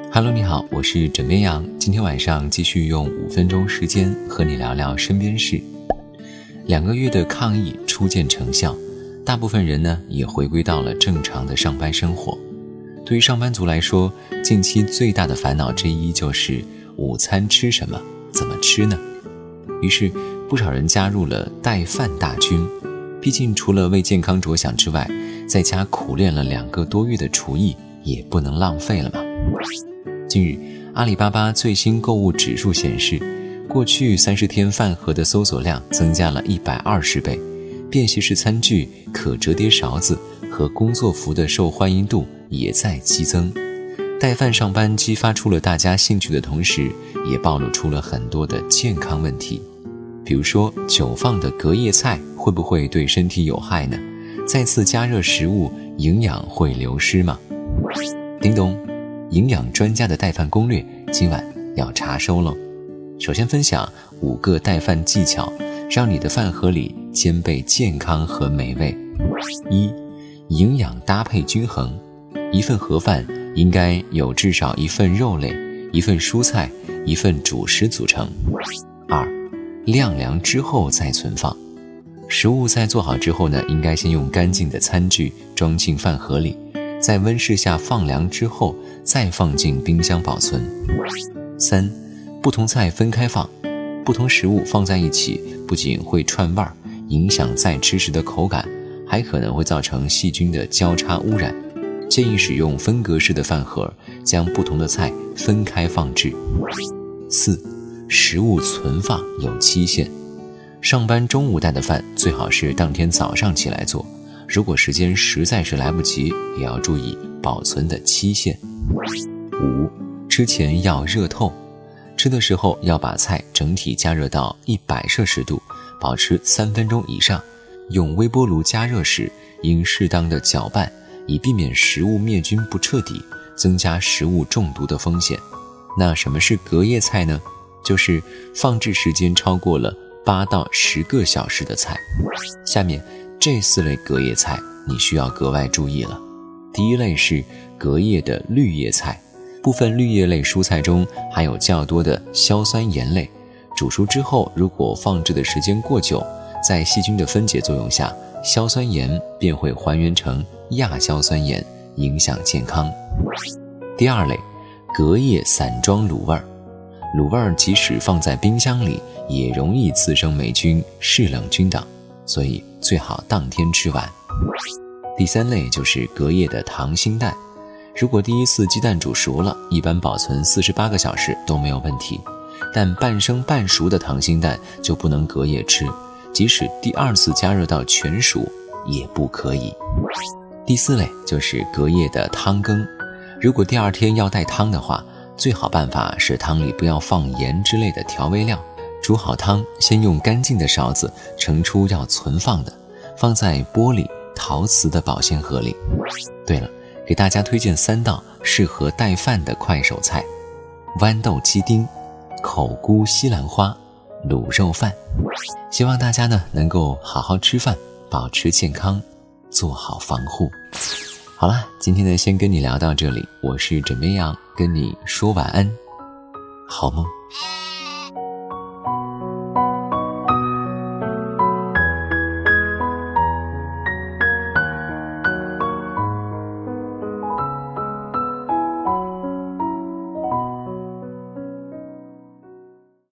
Hello， 你好，我是枕边羊。今天晚上继续用5分钟时间和你聊聊身边事。2个月的抗疫初见成效，大部分人呢也回归到了正常的上班生活。对于上班族来说，近期最大的烦恼之一就是午餐吃什么，怎么吃呢？于是不少人加入了带饭大军。毕竟除了为健康着想之外，在家苦练了2个多月的厨艺也不能浪费了嘛。近日，阿里巴巴最新购物指数显示，过去30天饭盒的搜索量增加了120倍，便携式餐具、可折叠勺子和工作服的受欢迎度也在激增。带饭上班激发出了大家兴趣的同时，也暴露出了很多的健康问题。比如说，久放的隔夜菜会不会对身体有害呢？再次加热食物，营养会流失吗？叮咚，营养专家的带饭攻略今晚要查收喽。首先分享5个带饭技巧，让你的饭盒里兼备健康和美味。1. 营养搭配均衡，一份盒饭应该有至少1份肉类、1份蔬菜、1份主食组成。2. 晾凉之后再存放，食物在做好之后呢，应该先用干净的餐具装进饭盒里，在温室下放凉之后再放进冰箱保存。3. 不同菜分开放，不同食物放在一起不仅会串味儿，影响再吃时的口感，还可能会造成细菌的交叉污染。建议使用分隔式的饭盒，将不同的菜分开放置。4. 食物存放有期限，上班中午带的饭最好是当天早上起来做，如果时间实在是来不及，也要注意保存的期限。5. 吃前要热透，吃的时候要把菜整体加热到100摄氏度，保持3分钟以上。用微波炉加热时应适当的搅拌，以避免食物灭菌不彻底，增加食物中毒的风险。那什么是隔夜菜呢？就是放置时间超过了8到10个小时的菜。下面这4类隔夜菜你需要格外注意了。第一类是隔夜的绿叶菜，部分绿叶类蔬菜中含有较多的硝酸盐类，煮熟之后如果放置的时间过久，在细菌的分解作用下，硝酸盐便会还原成亚硝酸盐，影响健康。第二类，隔夜散装卤味儿，卤味儿即使放在冰箱里也容易滋生霉菌，适冷菌党，所以最好当天吃完。第3类就是隔夜的溏心蛋，如果第一次鸡蛋煮熟了，一般保存48个小时都没有问题，但半生半熟的溏心蛋就不能隔夜吃，即使第2次加热到全熟也不可以。第4类就是隔夜的汤羹，如果第2天要带汤的话，最好办法是汤里不要放盐之类的调味料，煮好汤先用干净的勺子盛出要存放的，放在玻璃、陶瓷的保鲜盒里。对了，给大家推荐3道适合带饭的快手菜：豌豆鸡丁、口菇西兰花、卤肉饭。希望大家呢能够好好吃饭，保持健康，做好防护。好了，今天呢先跟你聊到这里，我是枕边羊，跟你说晚安，好梦。